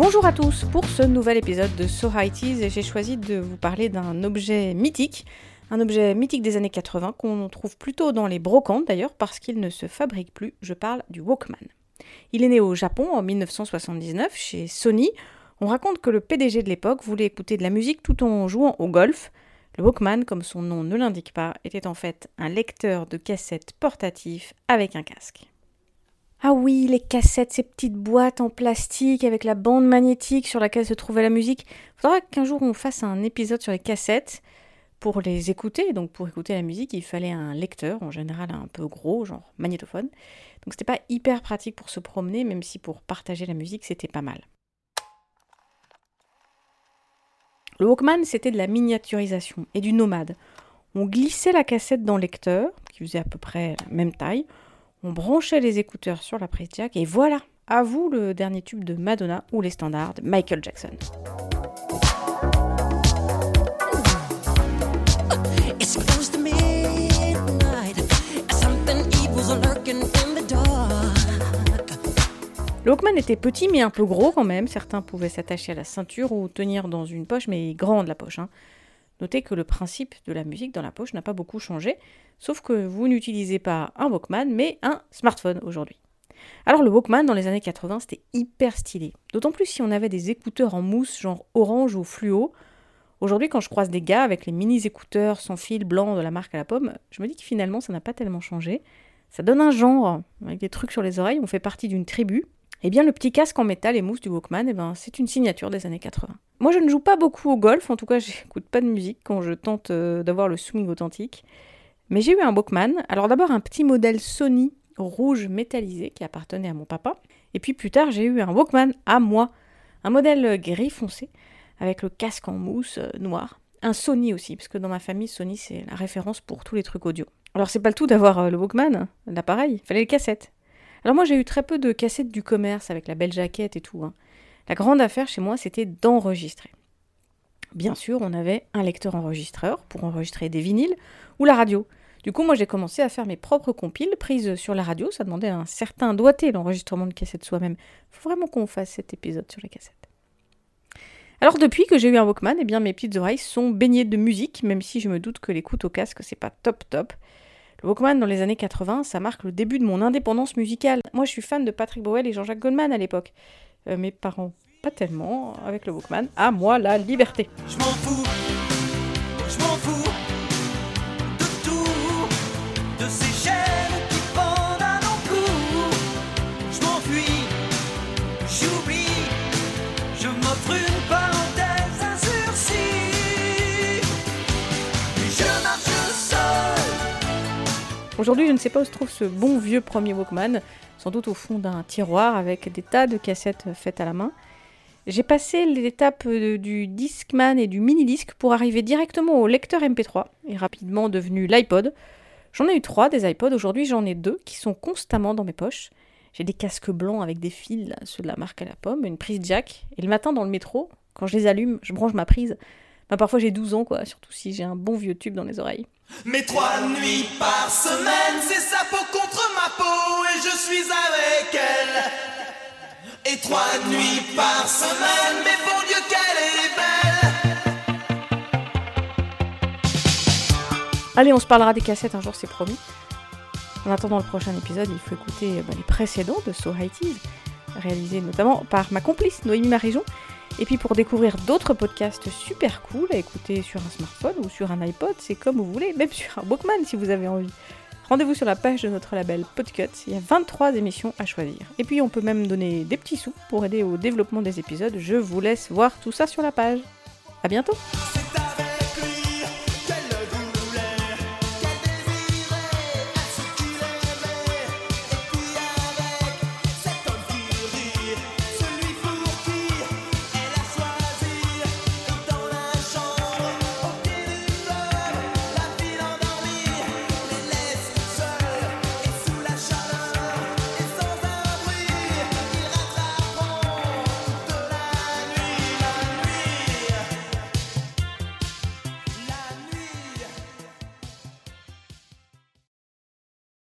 Bonjour à tous, pour ce nouvel épisode de So High-Teas, j'ai choisi de vous parler d'un objet mythique des années 80 qu'on trouve plutôt dans les brocantes d'ailleurs parce qu'il ne se fabrique plus, je parle du Walkman. Il est né au Japon en 1979 chez Sony. On raconte que le PDG de l'époque voulait écouter de la musique tout en jouant au golf. Le Walkman, comme son nom ne l'indique pas, était en fait un lecteur de cassettes portatif avec un casque. Ah oui, les cassettes, ces petites boîtes en plastique avec la bande magnétique sur laquelle se trouvait la musique. Il faudra qu'un jour on fasse un épisode sur les cassettes. Pour les écouter, donc pour écouter la musique, il fallait un lecteur, en général un peu gros, genre magnétophone. Donc c'était pas hyper pratique pour se promener, même si pour partager la musique, c'était pas mal. Le Walkman, c'était de la miniaturisation et du nomade. On glissait la cassette dans le lecteur, qui faisait à peu près la même taille. On branchait les écouteurs sur la prise jack et voilà, à vous le dernier tube de Madonna ou les standards de Michael Jackson. Le Walkman était petit mais un peu gros quand même, certains pouvaient s'attacher à la ceinture ou tenir dans une poche, mais grande la poche. Notez que le principe de la musique dans la poche n'a pas beaucoup changé, sauf que vous n'utilisez pas un Walkman, mais un smartphone aujourd'hui. Alors le Walkman dans les années 80, c'était hyper stylé, d'autant plus si on avait des écouteurs en mousse genre orange ou fluo. Aujourd'hui, quand je croise des gars avec les mini-écouteurs sans fil blanc de la marque à la pomme, je me dis que finalement ça n'a pas tellement changé. Ça donne un genre, avec des trucs sur les oreilles, on fait partie d'une tribu. Eh bien, le petit casque en métal et mousse du Walkman, c'est une signature des années 80. Moi, je ne joue pas beaucoup au golf, en tout cas, j'écoute pas de musique quand je tente d'avoir le swing authentique. Mais j'ai eu un Walkman. Alors d'abord, un petit modèle Sony rouge métallisé qui appartenait à mon papa. Et puis plus tard, j'ai eu un Walkman à moi. Un modèle gris foncé, avec le casque en mousse noir. Un Sony aussi, parce que dans ma famille, Sony, c'est la référence pour tous les trucs audio. Alors c'est pas le tout d'avoir le Walkman, l'appareil, il fallait les cassettes. Alors moi j'ai eu très peu de cassettes du commerce avec la belle jaquette et tout. La grande affaire chez moi c'était d'enregistrer. Bien sûr on avait un lecteur enregistreur pour enregistrer des vinyles ou la radio. Du coup moi j'ai commencé à faire mes propres compiles prises sur la radio, ça demandait un certain doigté l'enregistrement de cassettes soi-même. Il faut vraiment qu'on fasse cet épisode sur les cassettes. Alors depuis que j'ai eu un Walkman, mes petites oreilles sont baignées de musique, même si je me doute que l'écoute au casque c'est pas top. Le Walkman dans les années 80, ça marque le début de mon indépendance musicale. Moi, je suis fan de Patrick Bruel et Jean-Jacques Goldman à l'époque. Mes parents, pas tellement, avec le Walkman. À moi, la liberté. Je m'en fous de tout, de ces chaînes qui pendent à nos cous. Je m'enfuis, j'oublie, je m'offre une parenthèse, un sursis. Je marche seul. Aujourd'hui, je ne sais pas où se trouve ce bon vieux premier Walkman, sans doute au fond d'un tiroir avec des tas de cassettes faites à la main. J'ai passé l'étape du Discman et du mini-disque pour arriver directement au lecteur MP3, et rapidement devenu l'iPod. J'en ai eu 3 des iPods, aujourd'hui j'en ai 2 qui sont constamment dans mes poches. J'ai des casques blancs avec des fils, ceux de la marque à la pomme, une prise jack, et le matin dans le métro, quand je les allume, je branche ma prise. Parfois j'ai 12 ans, surtout si j'ai un bon vieux tube dans les oreilles. Mais 3 nuits par semaine, c'est sa peau contre ma peau et je suis avec elle. Et 3 nuits par semaine, mais bon Dieu qu'elle est belle. Allez, on se parlera des cassettes un jour, c'est promis. En attendant le prochain épisode, il faut écouter les précédents de So High-Teas, réalisés notamment par ma complice Noémie Marijon. Et puis pour découvrir d'autres podcasts super cool à écouter sur un smartphone ou sur un iPod, c'est comme vous voulez, même sur un Walkman si vous avez envie. Rendez-vous sur la page de notre label Podcut, il y a 23 émissions à choisir. Et puis on peut même donner des petits sous pour aider au développement des épisodes, je vous laisse voir tout ça sur la page. À bientôt.